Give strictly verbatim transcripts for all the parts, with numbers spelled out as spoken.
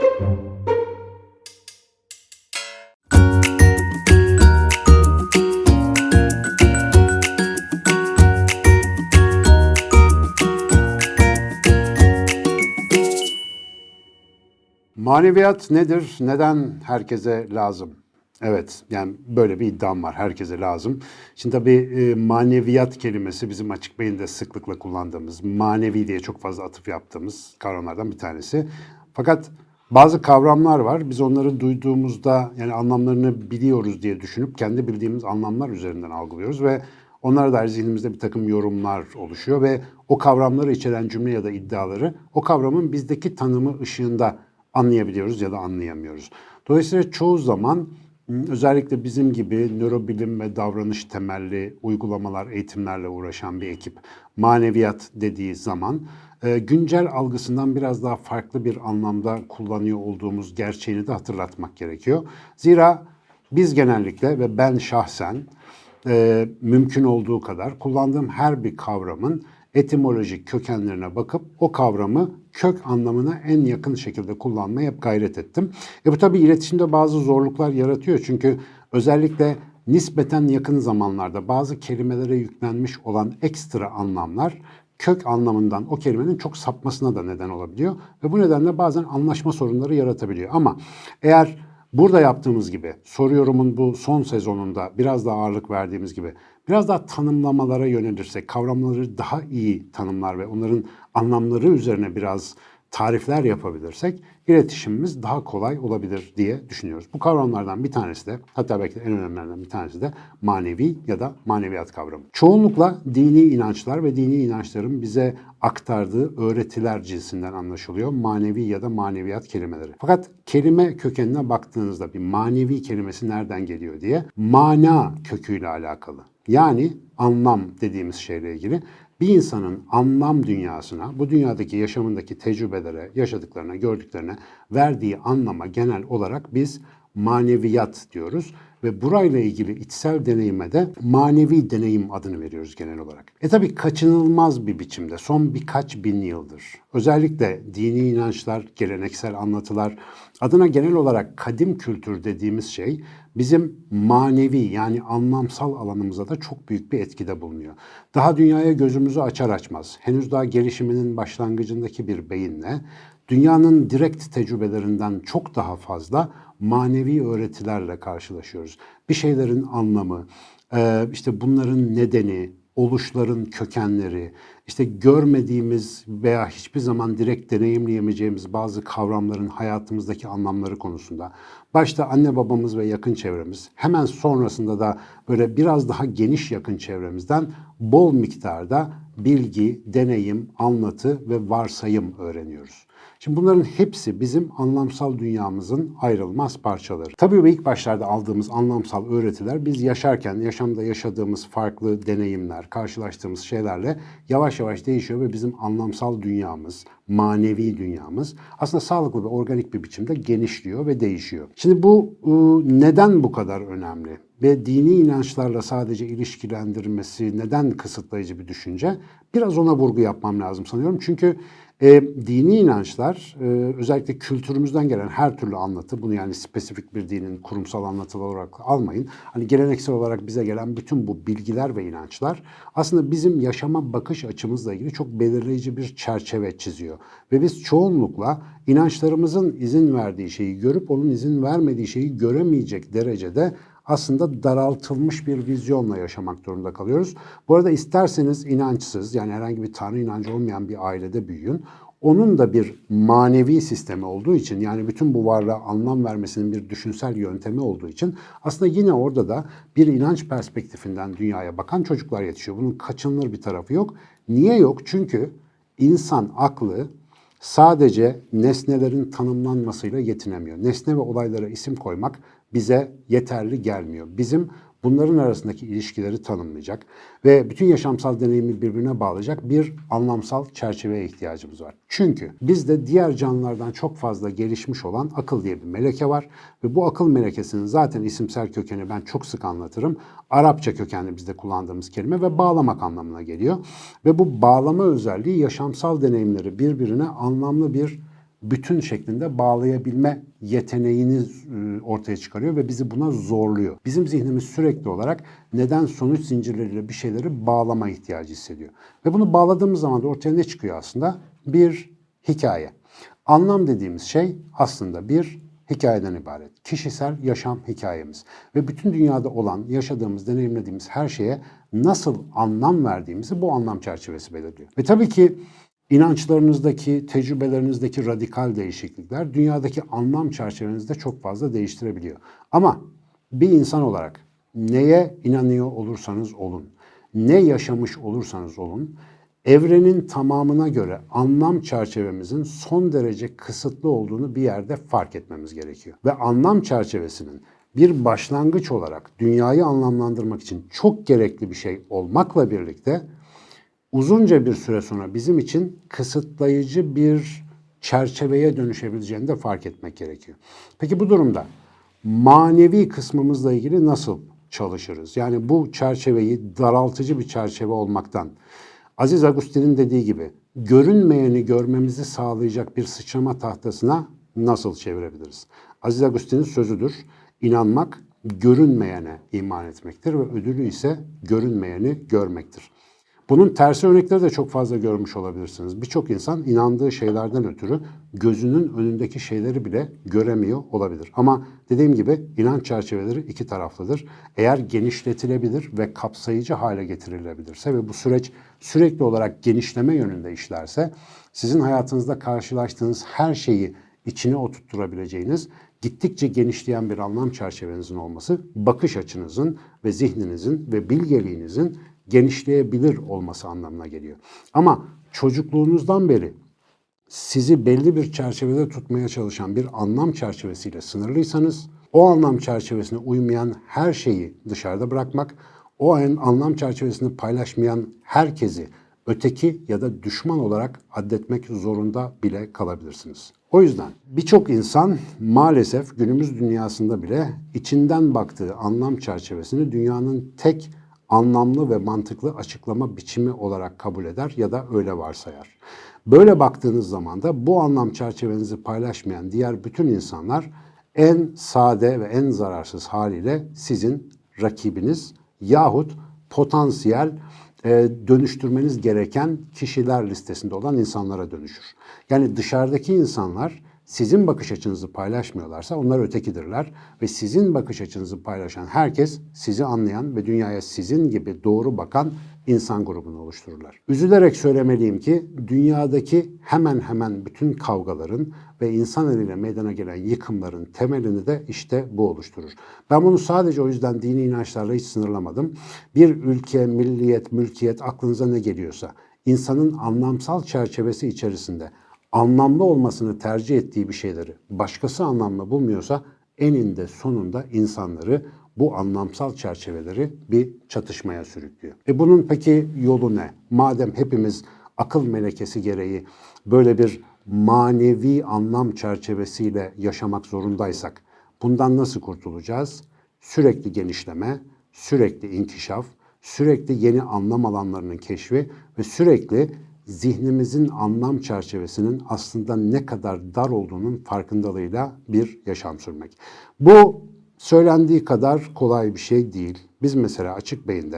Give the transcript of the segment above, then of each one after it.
Maneviyat nedir? Neden herkese lazım? Evet, yani böyle bir iddiam var. Herkese lazım. Şimdi tabii e, maneviyat kelimesi bizim açık beyinde sıklıkla kullandığımız, manevi diye çok fazla atıf yaptığımız kavramlardan bir tanesi. Fakat bazı kavramlar var. Biz onları duyduğumuzda yani anlamlarını biliyoruz diye düşünüp kendi bildiğimiz anlamlar üzerinden algılıyoruz ve onlara dair zihnimizde bir takım yorumlar oluşuyor ve o kavramları içeren cümle ya da iddiaları o kavramın bizdeki tanımı ışığında anlayabiliyoruz ya da anlayamıyoruz. Dolayısıyla çoğu zaman özellikle bizim gibi nörobilim ve davranış temelli uygulamalar, eğitimlerle uğraşan bir ekip maneviyat dediği zaman güncel algısından biraz daha farklı bir anlamda kullanıyor olduğumuz gerçeğini de hatırlatmak gerekiyor. Zira biz genellikle ve ben şahsen e, mümkün olduğu kadar kullandığım her bir kavramın etimolojik kökenlerine bakıp o kavramı kök anlamına en yakın şekilde kullanmaya hep gayret ettim. E bu tabii iletişimde bazı zorluklar yaratıyor çünkü özellikle nispeten yakın zamanlarda bazı kelimelere yüklenmiş olan ekstra anlamlar kök anlamından o kelimenin çok sapmasına da neden olabiliyor ve bu nedenle bazen anlaşma sorunları yaratabiliyor. Ama eğer burada yaptığımız gibi, soru yorumun bu son sezonunda biraz daha ağırlık verdiğimiz gibi biraz daha tanımlamalara yönelirsek, kavramları daha iyi tanımlar ve onların anlamları üzerine biraz tarifler yapabilirsek iletişimimiz daha kolay olabilir diye düşünüyoruz. Bu kavramlardan bir tanesi de, hatta belki de en önemlilerinden bir tanesi de manevi ya da maneviyat kavramı. Çoğunlukla dini inançlar ve dini inançların bize aktardığı öğretiler cinsinden anlaşılıyor manevi ya da maneviyat kelimeleri. Fakat kelime kökenine baktığınızda bir manevi kelimesi nereden geliyor diye mana köküyle alakalı. Yani anlam dediğimiz şeyle ilgili bir insanın anlam dünyasına, bu dünyadaki yaşamındaki tecrübelere, yaşadıklarına, gördüklerine verdiği anlama genel olarak biz maneviyat diyoruz. Ve burayla ilgili içsel deneyime de manevi deneyim adını veriyoruz genel olarak. E tabi kaçınılmaz bir biçimde son birkaç bin yıldır özellikle dini inançlar, geleneksel anlatılar adına genel olarak kadim kültür dediğimiz şey bizim manevi yani anlamsal alanımıza da çok büyük bir etkide bulunuyor. Daha dünyaya gözümüzü açar açmaz henüz daha gelişiminin başlangıcındaki bir beyinle dünyanın direkt tecrübelerinden çok daha fazla manevi öğretilerle karşılaşıyoruz. Bir şeylerin anlamı, işte bunların nedeni, oluşların kökenleri, işte görmediğimiz veya hiçbir zaman direkt deneyimleyemeyeceğimiz bazı kavramların hayatımızdaki anlamları konusunda, başta anne babamız ve yakın çevremiz, hemen sonrasında da böyle biraz daha geniş yakın çevremizden bol miktarda bilgi, deneyim, anlatı ve varsayım öğreniyoruz. Şimdi bunların hepsi bizim anlamsal dünyamızın ayrılmaz parçaları. Tabii bu ilk başlarda aldığımız anlamsal öğretiler biz yaşarken yaşamda yaşadığımız farklı deneyimler, karşılaştığımız şeylerle yavaş yavaş değişiyor ve bizim anlamsal dünyamız, manevi dünyamız aslında sağlıklı ve organik bir biçimde genişliyor ve değişiyor. Şimdi bu neden bu kadar önemli? Ve dini inançlarla sadece ilişkilendirmesi neden kısıtlayıcı bir düşünce? Biraz ona vurgu yapmam lazım sanıyorum. Çünkü E, dini inançlar e, özellikle kültürümüzden gelen her türlü anlatı, bunu yani spesifik bir dinin kurumsal anlatılar olarak almayın. Hani geleneksel olarak bize gelen bütün bu bilgiler ve inançlar aslında bizim yaşama bakış açımızla ilgili çok belirleyici bir çerçeve çiziyor. Ve biz çoğunlukla inançlarımızın izin verdiği şeyi görüp onun izin vermediği şeyi göremeyecek derecede aslında daraltılmış bir vizyonla yaşamak durumunda kalıyoruz. Bu arada isterseniz inançsız yani herhangi bir tanrı inancı olmayan bir ailede büyüyün. Onun da bir manevi sistemi olduğu için yani bütün bu varlığa anlam vermesinin bir düşünsel yöntemi olduğu için aslında yine orada da bir inanç perspektifinden dünyaya bakan çocuklar yetişiyor. Bunun kaçınılır bir tarafı yok. Niye yok? Çünkü insan aklı sadece nesnelerin tanımlanmasıyla yetinemiyor. Nesne ve olaylara isim koymak bize yeterli gelmiyor. Bizim bunların arasındaki ilişkileri tanımlayacak ve bütün yaşamsal deneyimi birbirine bağlayacak bir anlamsal çerçeveye ihtiyacımız var. Çünkü bizde diğer canlılardan çok fazla gelişmiş olan akıl diye bir meleke var ve bu akıl melekesinin zaten isimsel kökeni ben çok sık anlatırım. Arapça kökenli bizde kullandığımız kelime ve bağlamak anlamına geliyor. Ve bu bağlama özelliği yaşamsal deneyimleri birbirine anlamlı bir bütün şeklinde bağlayabilme yeteneğini e, ortaya çıkarıyor ve bizi buna zorluyor. Bizim zihnimiz sürekli olarak neden sonuç zincirleriyle bir şeyleri bağlama ihtiyacı hissediyor. Ve bunu bağladığımız zaman da ortaya ne çıkıyor aslında? Bir hikaye. Anlam dediğimiz şey aslında bir hikayeden ibaret. Kişisel yaşam hikayemiz. Ve bütün dünyada olan, yaşadığımız, deneyimlediğimiz her şeye nasıl anlam verdiğimizi bu anlam çerçevesi belirliyor. Ve tabii ki İnançlarınızdaki, tecrübelerinizdeki radikal değişiklikler dünyadaki anlam çerçevenizde çok fazla değiştirebiliyor. Ama bir insan olarak neye inanıyor olursanız olun, ne yaşamış olursanız olun, evrenin tamamına göre anlam çerçevemizin son derece kısıtlı olduğunu bir yerde fark etmemiz gerekiyor. Ve anlam çerçevesinin bir başlangıç olarak dünyayı anlamlandırmak için çok gerekli bir şey olmakla birlikte uzunca bir süre sonra bizim için kısıtlayıcı bir çerçeveye dönüşebileceğini de fark etmek gerekiyor. Peki bu durumda manevi kısmımızla ilgili nasıl çalışırız? Yani bu çerçeveyi daraltıcı bir çerçeve olmaktan, Aziz Agustin'in dediği gibi görünmeyeni görmemizi sağlayacak bir sıçrama tahtasına nasıl çevirebiliriz? Aziz Agustin'in sözüdür. İnanmak görünmeyene iman etmektir ve ödülü ise görünmeyeni görmektir. Bunun tersi örnekleri de çok fazla görmüş olabilirsiniz. Birçok insan inandığı şeylerden ötürü gözünün önündeki şeyleri bile göremiyor olabilir. Ama dediğim gibi inanç çerçeveleri iki taraflıdır. Eğer genişletilebilir ve kapsayıcı hale getirilebilirse ve bu süreç sürekli olarak genişleme yönünde işlerse sizin hayatınızda karşılaştığınız her şeyi içine oturtturabileceğiniz, gittikçe genişleyen bir anlam çerçevenizin olması, bakış açınızın ve zihninizin ve bilgeliğinizin genişleyebilir olması anlamına geliyor. Ama çocukluğunuzdan beri sizi belli bir çerçevede tutmaya çalışan bir anlam çerçevesiyle sınırlıysanız, o anlam çerçevesine uymayan her şeyi dışarıda bırakmak, o anlam çerçevesini paylaşmayan herkesi öteki ya da düşman olarak addetmek zorunda bile kalabilirsiniz. O yüzden birçok insan maalesef günümüz dünyasında bile içinden baktığı anlam çerçevesini dünyanın tek anlamlı ve mantıklı açıklama biçimi olarak kabul eder ya da öyle varsayar. Böyle baktığınız zaman da bu anlam çerçevenizi paylaşmayan diğer bütün insanlar en sade ve en zararsız haliyle sizin rakibiniz yahut potansiyel e, dönüştürmeniz gereken kişiler listesinde olan insanlara dönüşür. Yani dışarıdaki insanlar sizin bakış açınızı paylaşmıyorlarsa onlar ötekidirler ve sizin bakış açınızı paylaşan herkes sizi anlayan ve dünyaya sizin gibi doğru bakan insan grubunu oluştururlar. Üzülerek söylemeliyim ki dünyadaki hemen hemen bütün kavgaların ve insan eliyle meydana gelen yıkımların temelini de işte bu oluşturur. Ben bunu sadece o yüzden dini inançlarla hiç sınırlamadım. Bir ülke, milliyet, mülkiyet aklınıza ne geliyorsa insanın anlamsal çerçevesi içerisinde anlamlı olmasını tercih ettiği bir şeyleri başkası anlamlı bulmuyorsa eninde sonunda insanları bu anlamsal çerçeveleri bir çatışmaya sürüklüyor. E bunun peki yolu ne? Madem hepimiz akıl melekesi gereği böyle bir manevi anlam çerçevesiyle yaşamak zorundaysak bundan nasıl kurtulacağız? Sürekli genişleme, sürekli inkişaf, sürekli yeni anlam alanlarının keşfi ve sürekli zihnimizin anlam çerçevesinin aslında ne kadar dar olduğunun farkındalığıyla bir yaşam sürmek. Bu söylendiği kadar kolay bir şey değil. Biz mesela Açık Beyin'de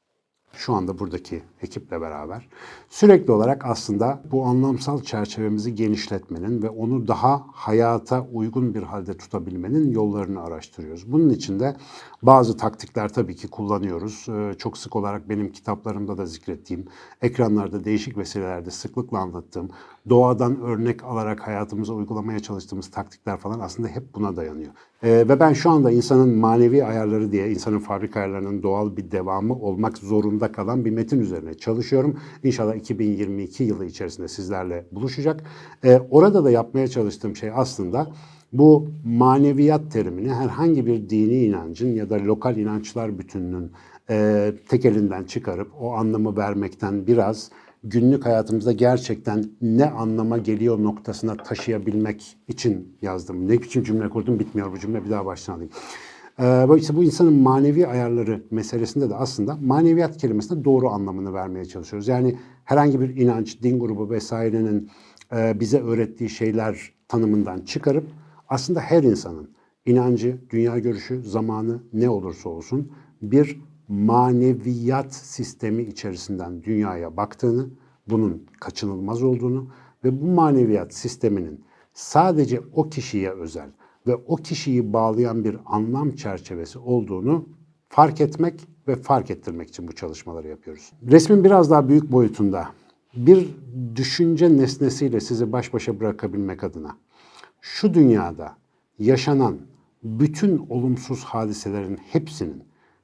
şu anda buradaki ekiple beraber sürekli olarak aslında bu anlamsal çerçevemizi genişletmenin ve onu daha hayata uygun bir halde tutabilmenin yollarını araştırıyoruz. Bunun için de bazı taktikler tabii ki kullanıyoruz. Çok sık olarak benim kitaplarımda da zikrettiğim, ekranlarda değişik vesilelerde sıklıkla anlattığım, doğadan örnek alarak hayatımıza uygulamaya çalıştığımız taktikler falan aslında hep buna dayanıyor. Ee, ve ben şu anda insanın manevi ayarları diye, insanın fabrika ayarlarının doğal bir devamı olmak zorunda kalan bir metin üzerine çalışıyorum. İnşallah iki bin yirmi iki yılı içerisinde sizlerle buluşacak. Ee, orada da yapmaya çalıştığım şey aslında bu maneviyat terimini herhangi bir dini inancın ya da lokal inançlar bütününün e, tek elinden çıkarıp o anlamı vermekten biraz günlük hayatımızda gerçekten ne anlama geliyor noktasına taşıyabilmek için yazdım. Ne biçim cümle kurdum bitmiyor bu cümle, bir daha baştan alayım. Ee, işte bu insanın manevi ayarları meselesinde de aslında maneviyat kelimesine doğru anlamını vermeye çalışıyoruz. Yani herhangi bir inanç, din grubu vesairenin e, bize öğrettiği şeyler tanımından çıkarıp aslında her insanın inancı, dünya görüşü, zamanı ne olursa olsun bir maneviyat sistemi içerisinden dünyaya baktığını, bunun kaçınılmaz olduğunu ve bu maneviyat sisteminin sadece o kişiye özel ve o kişiyi bağlayan bir anlam çerçevesi olduğunu fark etmek ve fark ettirmek için bu çalışmaları yapıyoruz. Resmin biraz daha büyük boyutunda bir düşünce nesnesiyle sizi baş başa bırakabilmek adına şu dünyada yaşanan bütün olumsuz hadiselerin hepsinin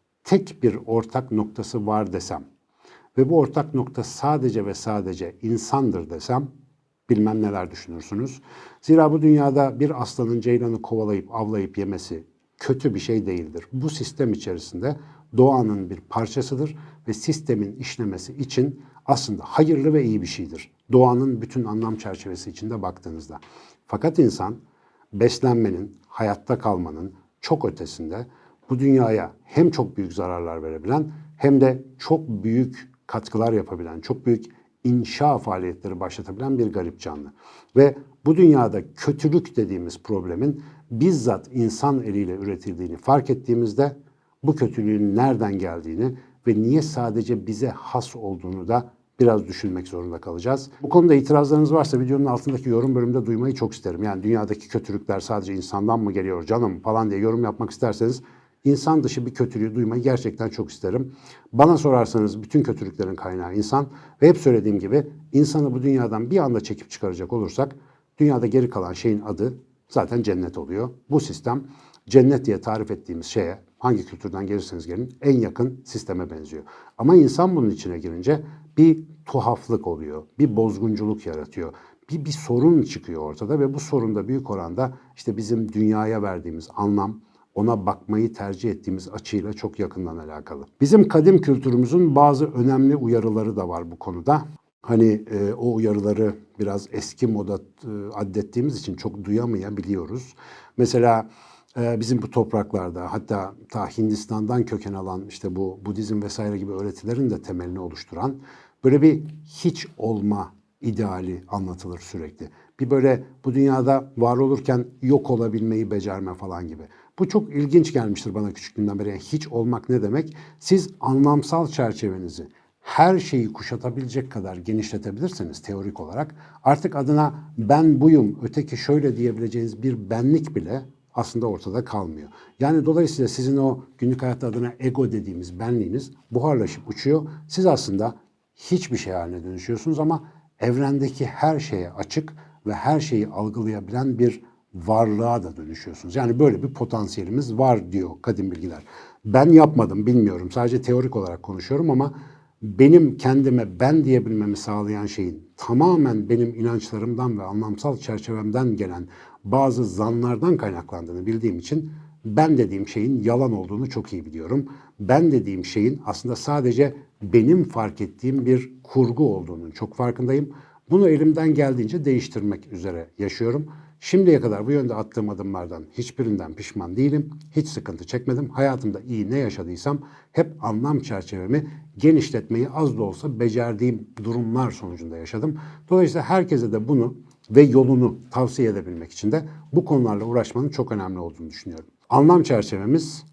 tek bir ortak noktası var desem ve bu ortak nokta sadece ve sadece insandır desem bilmem neler düşünürsünüz. Zira bu dünyada bir aslanın ceylanı kovalayıp avlayıp yemesi kötü bir şey değildir. Bu sistem içerisinde doğanın bir parçasıdır ve sistemin işlemesi için aslında hayırlı ve iyi bir şeydir. Doğanın bütün anlam çerçevesi içinde baktığınızda. Fakat insan beslenmenin, hayatta kalmanın çok ötesinde bu dünyaya hem çok büyük zararlar verebilen hem de çok büyük katkılar yapabilen, çok büyük inşa faaliyetleri başlatabilen bir garip canlı. Ve bu dünyada kötülük dediğimiz problemin bizzat insan eliyle üretildiğini fark ettiğimizde bu kötülüğün nereden geldiğini ve niye sadece bize has olduğunu da biraz düşünmek zorunda kalacağız. Bu konuda itirazlarınız varsa videonun altındaki yorum bölümünde duymayı çok isterim. Yani dünyadaki kötülükler sadece insandan mı geliyor canım falan diye yorum yapmak isterseniz insan dışı bir kötülüğü duymayı gerçekten çok isterim. Bana sorarsanız bütün kötülüklerin kaynağı insan ve hep söylediğim gibi insanı bu dünyadan bir anda çekip çıkaracak olursak dünyada geri kalan şeyin adı zaten cennet oluyor. Bu sistem cennet diye tarif ettiğimiz şeye hangi kültürden gelirseniz gelin en yakın sisteme benziyor. Ama insan bunun içine girince bir tuhaflık oluyor, bir bozgunculuk yaratıyor. Bir, bir sorun çıkıyor ortada ve bu sorun da büyük oranda işte bizim dünyaya verdiğimiz anlam, ona bakmayı tercih ettiğimiz açıyla çok yakından alakalı. Bizim kadim kültürümüzün bazı önemli uyarıları da var bu konuda. Hani e, o uyarıları biraz eski moda e, addettiğimiz için çok duyamayabiliyoruz. Mesela e, bizim bu topraklarda hatta ta Hindistan'dan köken alan işte bu Budizm vesaire gibi öğretilerin de temelini oluşturan böyle bir hiç olma ideali anlatılır sürekli. Bir böyle bu dünyada var olurken yok olabilmeyi becerme falan gibi. Bu çok ilginç gelmiştir bana küçüklüğümden beri. Yani hiç olmak ne demek? Siz anlamsal çerçevenizi her şeyi kuşatabilecek kadar genişletebilirseniz teorik olarak artık adına ben buyum, öteki şöyle diyebileceğiniz bir benlik bile aslında ortada kalmıyor. Yani dolayısıyla sizin o günlük hayatta adına ego dediğimiz benliğiniz buharlaşıp uçuyor. Siz aslında hiçbir şey haline dönüşüyorsunuz ama evrendeki her şeye açık ve her şeyi algılayabilen bir varlığa da dönüşüyorsunuz. Yani böyle bir potansiyelimiz var diyor kadim bilgiler. Ben yapmadım, bilmiyorum. Sadece teorik olarak konuşuyorum ama benim kendime ben diyebilmemi sağlayan şeyin tamamen benim inançlarımdan ve anlamsal çerçevemden gelen bazı zanlardan kaynaklandığını bildiğim için ben dediğim şeyin yalan olduğunu çok iyi biliyorum. Ben dediğim şeyin aslında sadece benim fark ettiğim bir kurgu olduğunun çok farkındayım. Bunu elimden geldiğince değiştirmek üzere yaşıyorum. Şimdiye kadar bu yönde attığım adımlardan hiçbirinden pişman değilim. Hiç sıkıntı çekmedim. Hayatımda iyi ne yaşadıysam hep anlam çerçevemi genişletmeyi az da olsa becerdiğim durumlar sonucunda yaşadım. Dolayısıyla herkese de bunu ve yolunu tavsiye edebilmek için de bu konularla uğraşmanın çok önemli olduğunu düşünüyorum. Anlam çerçevemiz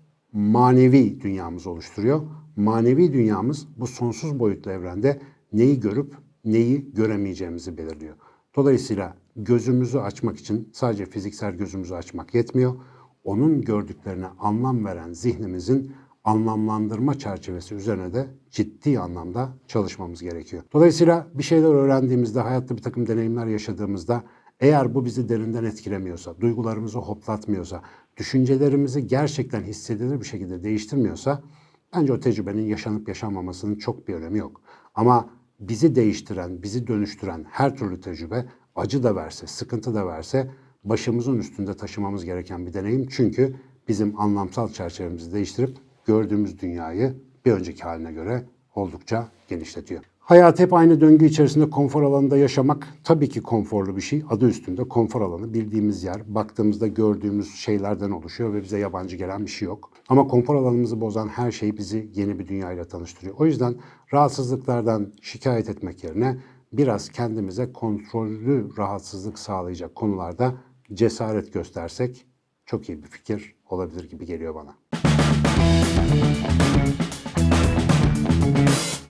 manevi dünyamızı oluşturuyor. Manevi dünyamız bu sonsuz boyutlu evrende neyi görüp neyi göremeyeceğimizi belirliyor. Dolayısıyla gözümüzü açmak için sadece fiziksel gözümüzü açmak yetmiyor. Onun gördüklerine anlam veren zihnimizin anlamlandırma çerçevesi üzerine de ciddi anlamda çalışmamız gerekiyor. Dolayısıyla bir şeyler öğrendiğimizde, hayatta bir takım deneyimler yaşadığımızda eğer bu bizi derinden etkilemiyorsa, duygularımızı hoplatmıyorsa, düşüncelerimizi gerçekten hissedilir bir şekilde değiştirmiyorsa bence o tecrübenin yaşanıp yaşanmamasının çok bir önemi yok. Ama bizi değiştiren, bizi dönüştüren her türlü tecrübe acı da verse, sıkıntı da verse başımızın üstünde taşımamız gereken bir deneyim. Çünkü bizim anlamsal çerçevemizi değiştirip gördüğümüz dünyayı bir önceki haline göre oldukça genişletiyor. Hayat hep aynı döngü içerisinde konfor alanında yaşamak tabii ki konforlu bir şey. Adı üstünde konfor alanı, bildiğimiz yer, baktığımızda gördüğümüz şeylerden oluşuyor ve bize yabancı gelen bir şey yok. Ama konfor alanımızı bozan her şey bizi yeni bir dünyayla tanıştırıyor. O yüzden rahatsızlıklardan şikayet etmek yerine biraz kendimize kontrollü rahatsızlık sağlayacak konularda cesaret göstersek çok iyi bir fikir olabilir gibi geliyor bana.